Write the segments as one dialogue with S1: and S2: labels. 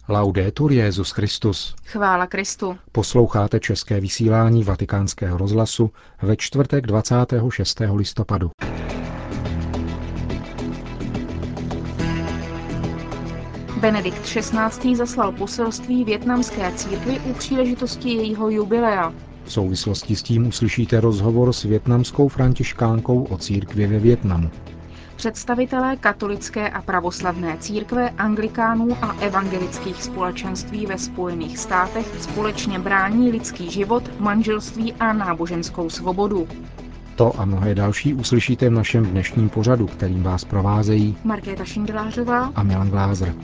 S1: Laudetur Jesus Christus.
S2: Chvála Kristu.
S1: Posloucháte české vysílání Vatikánského rozhlasu ve čtvrtek 26. listopadu.
S2: Benedikt XVI. Zaslal poselství vietnamské církvi u příležitosti jejího jubilea.
S1: V souvislosti s tím uslyšíte rozhovor s vietnamskou františkánkou o církvi ve Vietnamu.
S2: Představitelé katolické a pravoslavné církve, anglikánů a evangelických společenství ve Spojených státech společně brání lidský život, manželství a náboženskou svobodu.
S1: To a mnohé další uslyšíte v našem dnešním pořadu, kterým vás provázejí
S2: Markéta Šindelářová
S1: a Milan Glázer.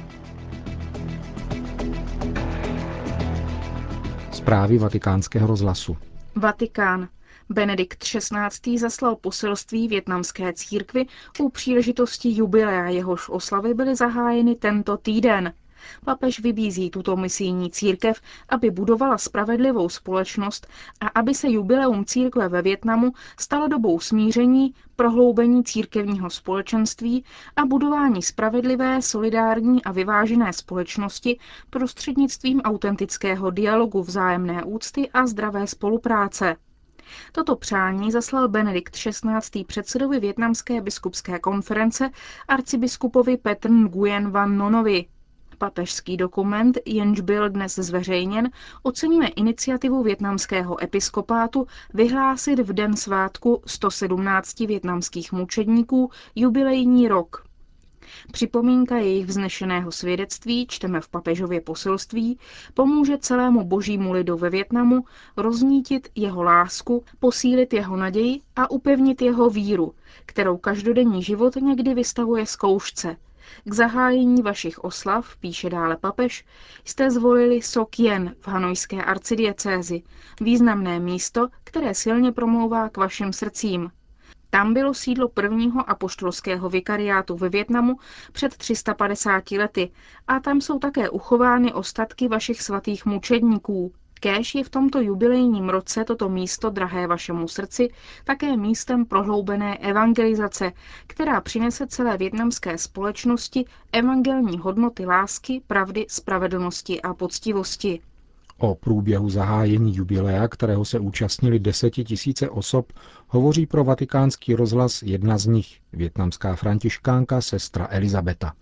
S1: Zprávy Vatikánského rozhlasu.
S2: Vatikán. Benedikt XVI. Zaslal poselství vietnamské církvi u příležitosti jubilea, jehož oslavy byly zahájeny tento týden. Papež vybízí tuto misijní církev, aby budovala spravedlivou společnost a aby se jubileum církve ve Vietnamu stalo dobou smíření, prohloubení církevního společenství a budování spravedlivé, solidární a vyvážené společnosti prostřednictvím autentického dialogu, vzájemné úcty a zdravé spolupráce. Toto přání zaslal Benedikt XVI. Předsedovi Vietnamské biskupské konference arcibiskupovi Petr Nguyen Van Nonovi. Papežský dokument, jenž byl dnes zveřejněn, oceňuje iniciativu vietnamského episkopátu vyhlásit v den svátku 117 vietnamských mučedníků jubilejní rok. Připomínka jejich vznešeného svědectví, čteme v papežově poselství, pomůže celému božímu lidu ve Vietnamu roznítit jeho lásku, posílit jeho naději a upevnit jeho víru, kterou každodenní život někdy vystavuje zkoušce. K zahájení vašich oslav, píše dále papež, jste zvolili Sok Yen v hanojské arcidiecézi, významné místo, které silně promlouvá k vašim srdcím. Tam bylo sídlo prvního apoštolského vikariátu ve Vietnamu před 350 lety a tam jsou také uchovány ostatky vašich svatých mučedníků. Kéž je v tomto jubilejním roce toto místo, drahé vašemu srdci, také místem prohloubené evangelizace, která přinese celé vietnamské společnosti evangelní hodnoty lásky, pravdy, spravedlnosti a poctivosti.
S1: O průběhu zahájení jubilea, kterého se účastnili 10 000 osob, hovoří pro Vatikánský rozhlas jedna z nich, vietnamská františkánka sestra Elizabeta.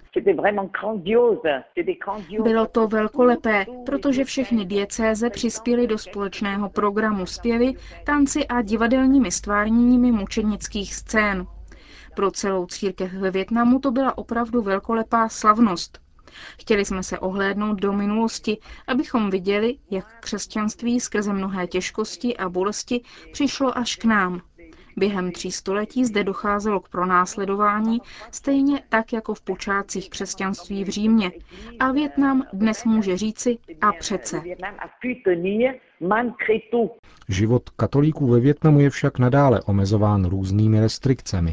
S2: Bylo to velkolepé, protože všechny diecéze přispěly do společného programu zpěvy, tanci a divadelními stvárněními mučednických scén. Pro celou církev ve Vietnamu to byla opravdu velkolepá slavnost. Chtěli jsme se ohlédnout do minulosti, abychom viděli, jak křesťanství skrze mnohé těžkosti a bolesti přišlo až k nám. Během 3 století zde docházelo k pronásledování, stejně tak jako v počátcích křesťanství v Římě. A Vietnam dnes může říci a přece.
S1: Život katolíků ve Vietnamu je však nadále omezován různými restrikcemi.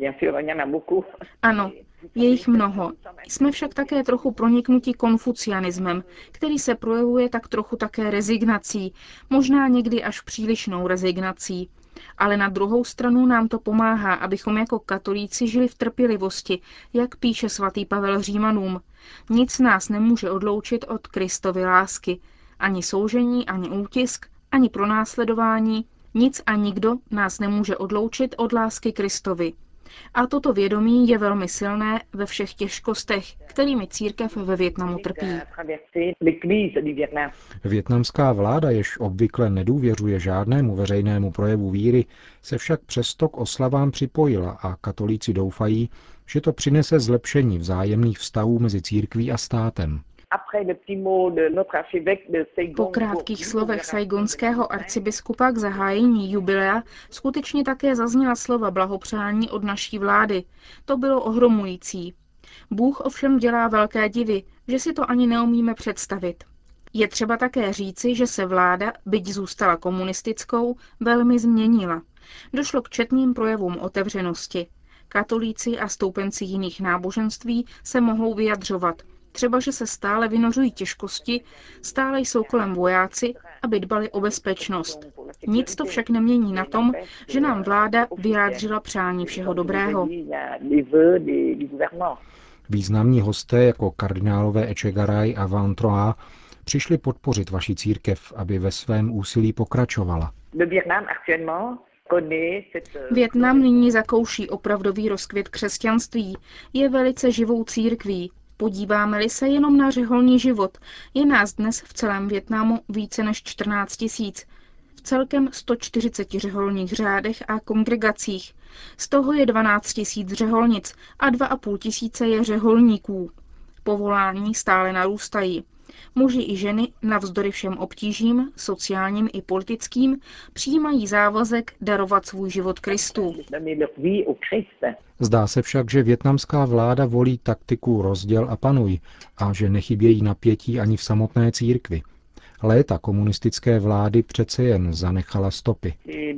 S2: Ano, je jich mnoho. Jsme však také trochu proniknuti konfucianismem, který se projevuje tak trochu také rezignací, možná někdy až přílišnou rezignací. Ale na druhou stranu nám to pomáhá, abychom jako katolíci žili v trpělivosti, jak píše svatý Pavel Římanům. Nic nás nemůže odloučit od Kristovy lásky. Ani soužení, ani útisk, ani pronásledování, nic a nikdo nás nemůže odloučit od lásky Kristovi. A toto vědomí je velmi silné ve všech těžkostech, kterými církev ve Vietnamu trpí.
S1: Vietnamská vláda, jež obvykle nedůvěřuje žádnému veřejnému projevu víry, se však přesto k oslavám připojila a katolíci doufají, že to přinese zlepšení vzájemných vztahů mezi církví a státem.
S2: Po krátkých slovech saigonského arcibiskupa k zahájení jubilea skutečně také zazněla slova blahopřání od naší vlády. To bylo ohromující. Bůh ovšem dělá velké divy, že si to ani neumíme představit. Je třeba také říci, že se vláda, byť zůstala komunistickou, velmi změnila. Došlo k četným projevům otevřenosti. Katolíci a stoupenci jiných náboženství se mohou vyjadřovat. Třeba, že se stále vynořují těžkosti, stále jsou kolem vojáci, aby dbali o bezpečnost. Nic to však nemění na tom, že nám vláda vyjádřila přání všeho dobrého.
S1: Významní hosté jako kardinálové Echegaray a Van Troa přišli podpořit vaši církev, aby ve svém úsilí pokračovala.
S2: Vietnam nyní zakouší opravdový rozkvět křesťanství. Je velice živou církví. Podíváme-li se jenom na řeholní život, je nás dnes v celém Vietnamu více než 14 000. V celkem 140 řeholních řádech a kongregacích. Z toho je 12 000 řeholnic a 2 500 je řeholníků. Povolání stále narůstají. Muži i ženy, navzdory všem obtížím, sociálním i politickým, přijímají závazek darovat svůj život Kristu.
S1: Zdá se však, že vietnamská vláda volí taktiku rozděl a panuj a že nechybějí napětí ani v samotné církvi. Léta komunistické vlády přece jen zanechala stopy.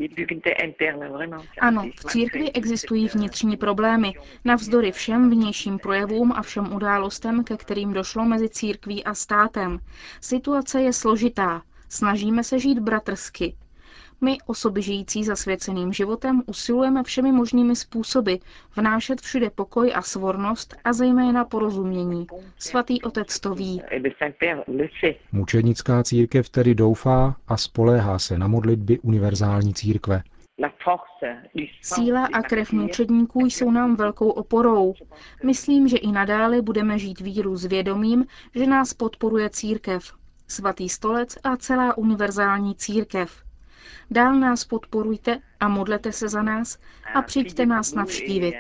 S2: Ano, v církvi existují vnitřní problémy, navzdory všem vnějším projevům a všem událostem, ke kterým došlo mezi církví a státem. Situace je složitá, snažíme se žít bratrsky. My, osoby žijící zasvěceným životem, usilujeme všemi možnými způsoby vnášet všude pokoj a svornost a zejména porozumění. Svatý otec to ví.
S1: Mučednická církev tedy doufá a spoléhá se na modlitby univerzální církve.
S2: Síla a krev mučedníků jsou nám velkou oporou. Myslím, že i nadále budeme žít víru s vědomím, že nás podporuje církev, Svatý stolec a celá univerzální církev. Dál nás podporujte a modlete se za nás a přijďte nás navštívit.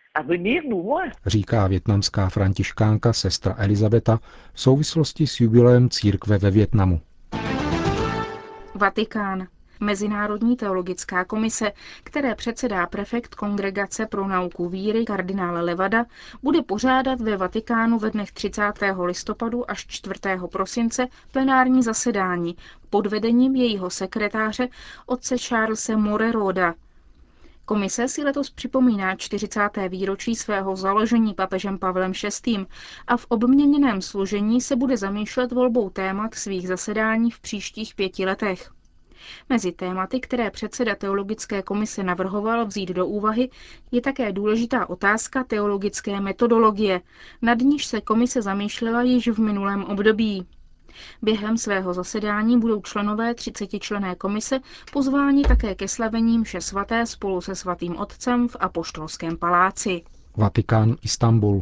S1: Říká vietnamská františkánka sestra Elizabeta v souvislosti s jubileem církve ve Vietnamu.
S2: Vatikán. Mezinárodní teologická komise, které předsedá prefekt Kongregace pro nauku víry kardinál Levada, bude pořádat ve Vatikánu ve dnech 30. listopadu až 4. prosince plenární zasedání pod vedením jejího sekretáře otce Charlese Moreroda. Komise si letos připomíná 40. výročí svého založení papežem Pavlem VI. A v obměněném složení se bude zamýšlet volbou témat svých zasedání v příštích 5 letech. Mezi tématy, které předseda teologické komise navrhoval vzít do úvahy, je také důležitá otázka teologické metodologie, nad níž se komise zamýšlela již v minulém období. Během svého zasedání budou členové 30členné komise pozváni také ke slavení mše svaté spolu se svatým otcem v Apoštolském paláci.
S1: Vatikán, Istanbul.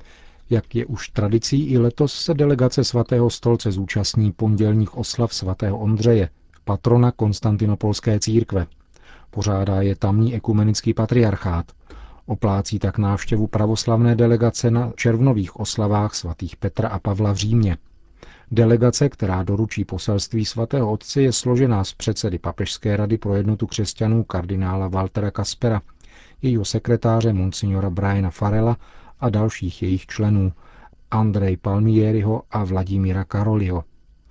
S1: Jak je už tradicí, i letos se delegace svatého stolce zúčastní pondělních oslav svatého Ondřeje, patrona Konstantinopolské církve. Pořádá je tamní ekumenický patriarchát. Oplácí tak návštěvu pravoslavné delegace na červnových oslavách svatých Petra a Pavla v Římě. Delegace, která doručí poselství svatého otce, je složená z předsedy Papežské rady pro jednotu křesťanů kardinála Waltera Kaspera, jejího sekretáře monsignora Briana Farrella a dalších jejich členů, Andrej Palmieriho a Vladimíra Karoliho.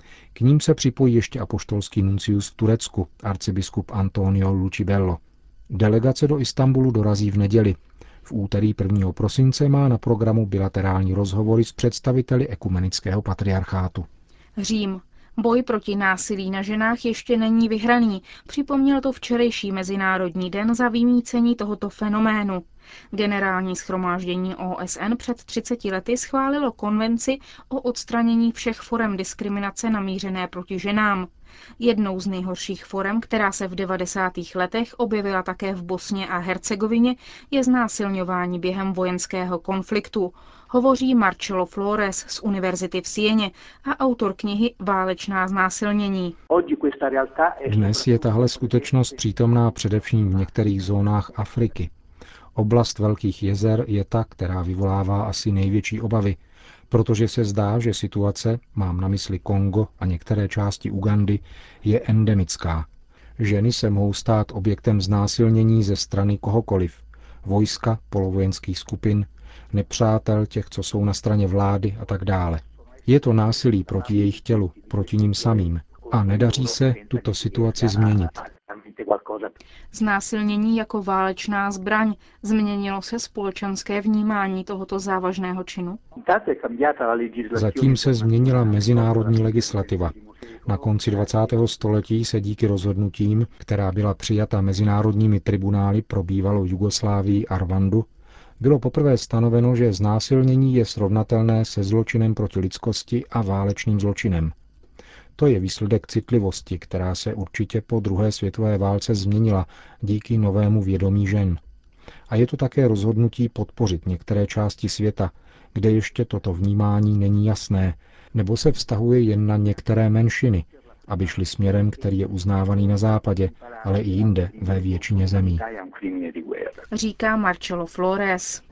S1: K ním se připojí ještě apoštolský nuncius v Turecku, arcibiskup Antonio Lucibello. Delegace do Istanbulu dorazí v neděli. V úterý 1. prosince má na programu bilaterální rozhovory s představiteli ekumenického patriarchátu.
S2: Řím. Boj proti násilí na ženách ještě není vyhraný, připomněl to včerejší Mezinárodní den za vymýcení tohoto fenoménu. Generální shromáždění OSN před 30 lety schválilo konvenci o odstranění všech forem diskriminace namířené proti ženám. Jednou z nejhorších forem, která se v 90. letech objevila také v Bosně a Hercegovině, je znásilňování během vojenského konfliktu, hovoří Marcello Flores z Univerzity v Sieně a autor knihy Válečná znásilnění.
S1: Dnes je tahle skutečnost přítomná především v některých zónách Afriky. Oblast Velkých jezer je ta, která vyvolává asi největší obavy, protože se zdá, že situace, mám na mysli Kongo a některé části Ugandy, je endemická. Ženy se mohou stát objektem znásilnění ze strany kohokoliv, vojska, polovojenských skupin, nepřátel těch, co jsou na straně vlády a tak dále. Je to násilí proti jejich tělu, proti nim samým a nedaří se tuto situaci změnit.
S2: Znásilnění jako válečná zbraň. Změnilo se společenské vnímání tohoto závažného činu?
S1: Zatím se změnila mezinárodní legislativa. Na konci 20. století se díky rozhodnutím, která byla přijata mezinárodními tribunály pro bývalou Jugoslávii a Rwandu, bylo poprvé stanoveno, že znásilnění je srovnatelné se zločinem proti lidskosti a válečným zločinem. To je výsledek citlivosti, která se určitě po druhé světové válce změnila díky novému vědomí žen. A je to také rozhodnutí podpořit některé části světa, kde ještě toto vnímání není jasné, nebo se vztahuje jen na některé menšiny, aby šli směrem, který je uznávaný na západě, ale i jinde ve většině zemí.
S2: Říká Marcelo Flores.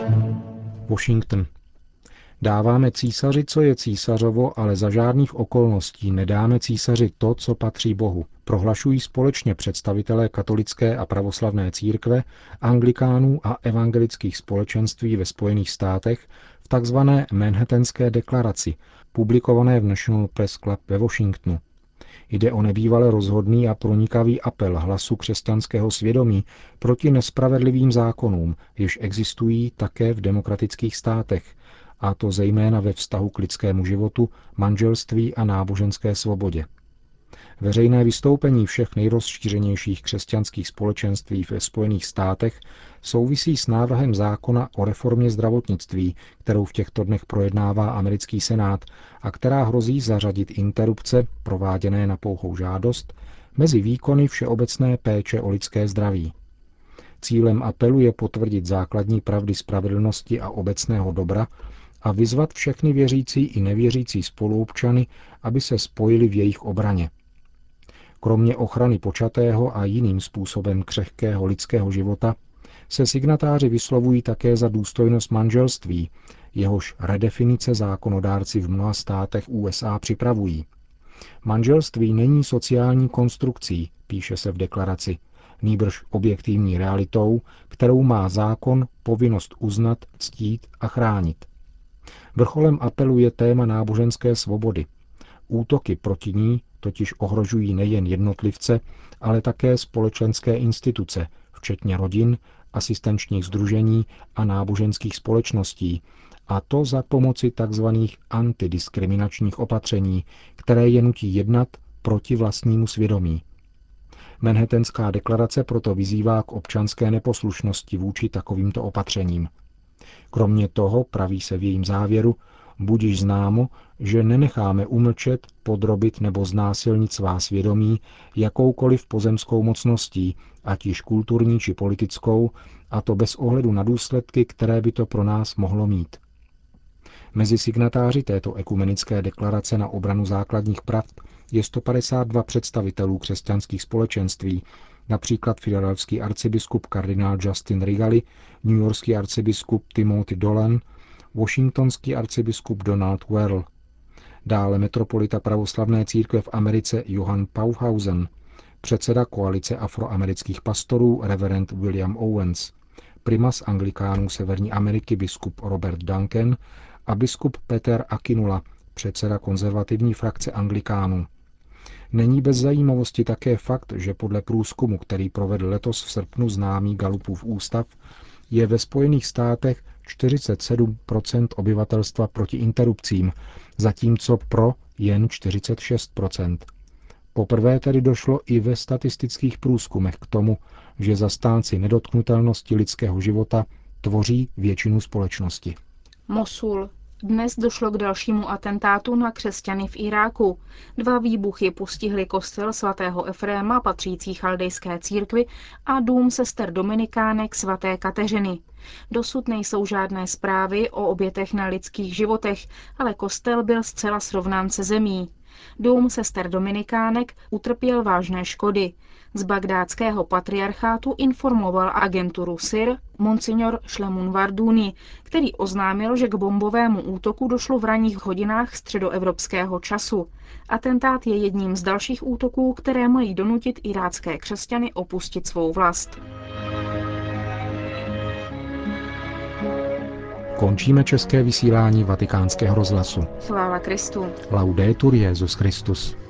S1: Washington. Dáváme císaři, co je císařovo, ale za žádných okolností nedáme císaři to, co patří Bohu, prohlašují společně představitelé katolické a pravoslavné církve, anglikánů a evangelických společenství ve Spojených státech v tzv. Manhattanské deklaraci, publikované v National Press Club ve Washingtonu. Jde o nebývale rozhodný a pronikavý apel hlasu křesťanského svědomí proti nespravedlivým zákonům, jež existují také v demokratických státech, a to zejména ve vztahu k lidskému životu, manželství a náboženské svobodě. Veřejné vystoupení všech nejrozšířenějších křesťanských společenství ve Spojených státech souvisí s návrhem zákona o reformě zdravotnictví, kterou v těchto dnech projednává americký senát a která hrozí zařadit interrupce, prováděné na pouhou žádost, mezi výkony všeobecné péče o lidské zdraví. Cílem apelu je potvrdit základní pravdy spravedlnosti a obecného dobra a vyzvat všechny věřící i nevěřící spoluobčany, aby se spojili v jejich obraně. Kromě ochrany počatého a jiným způsobem křehkého lidského života se signatáři vyslovují také za důstojnost manželství, jehož redefinice zákonodárci v mnoha státech USA připravují. Manželství není sociální konstrukcí, píše se v deklaraci, nýbrž objektivní realitou, kterou má zákon povinnost uznat, ctít a chránit. Vrcholem apelu je téma náboženské svobody. Útoky proti ní totiž ohrožují nejen jednotlivce, ale také společenské instituce, včetně rodin, asistenčních sdružení a náboženských společností, a to za pomoci tzv. Antidiskriminačních opatření, které je nutí jednat proti vlastnímu svědomí. Manhattanská deklarace proto vyzývá k občanské neposlušnosti vůči takovýmto opatřením. Kromě toho, praví se v jejím závěru, budiž známo, že nenecháme umlčet, podrobit nebo znásilnit svá svědomí jakoukoliv pozemskou mocností, ať již kulturní či politickou, a to bez ohledu na důsledky, které by to pro nás mohlo mít. Mezi signatáři této ekumenické deklarace na obranu základních prav je 152 představitelů křesťanských společenství, například filadelfský arcibiskup kardinál Justin Rigali, newyorský arcibiskup Timothy Dolan, washingtonský arcibiskup Donald Werl, dále metropolita pravoslavné církve v Americe Johann Pauhausen, předseda koalice afroamerických pastorů reverend William Owens, primas anglikánů Severní Ameriky biskup Robert Duncan a biskup Peter Akinula, předseda konzervativní frakce anglikánů. Není bez zajímavosti také fakt, že podle průzkumu, který provedl letos v srpnu známý Gallupův ústav, je ve Spojených státech 47% obyvatelstva proti interrupcím, zatímco pro jen 46%. Poprvé tedy došlo i ve statistických průzkumech k tomu, že zastánci nedotknutelnosti lidského života tvoří většinu společnosti.
S2: Mosul. Dnes došlo k dalšímu atentátu na křesťany v Iráku. 2 výbuchy postihly kostel svatého Efréma patřící chaldejské církvi a dům sester dominikánek svaté Kateřiny. Dosud nejsou žádné zprávy o obětech na lidských životech, ale kostel byl zcela srovnán se zemí. Dům sester dominikánek utrpěl vážné škody. Z bagdátského patriarchátu informoval agenturu SIR monsignor Šlemun Varduni, který oznámil, že k bombovému útoku došlo v ranních hodinách středoevropského času. Atentát je jedním z dalších útoků, které mají donutit irácké křesťany opustit svou vlast.
S1: Končíme české vysílání Vatikánského rozhlasu.
S2: Chvála Kristu.
S1: Laudetur Jesus Christus.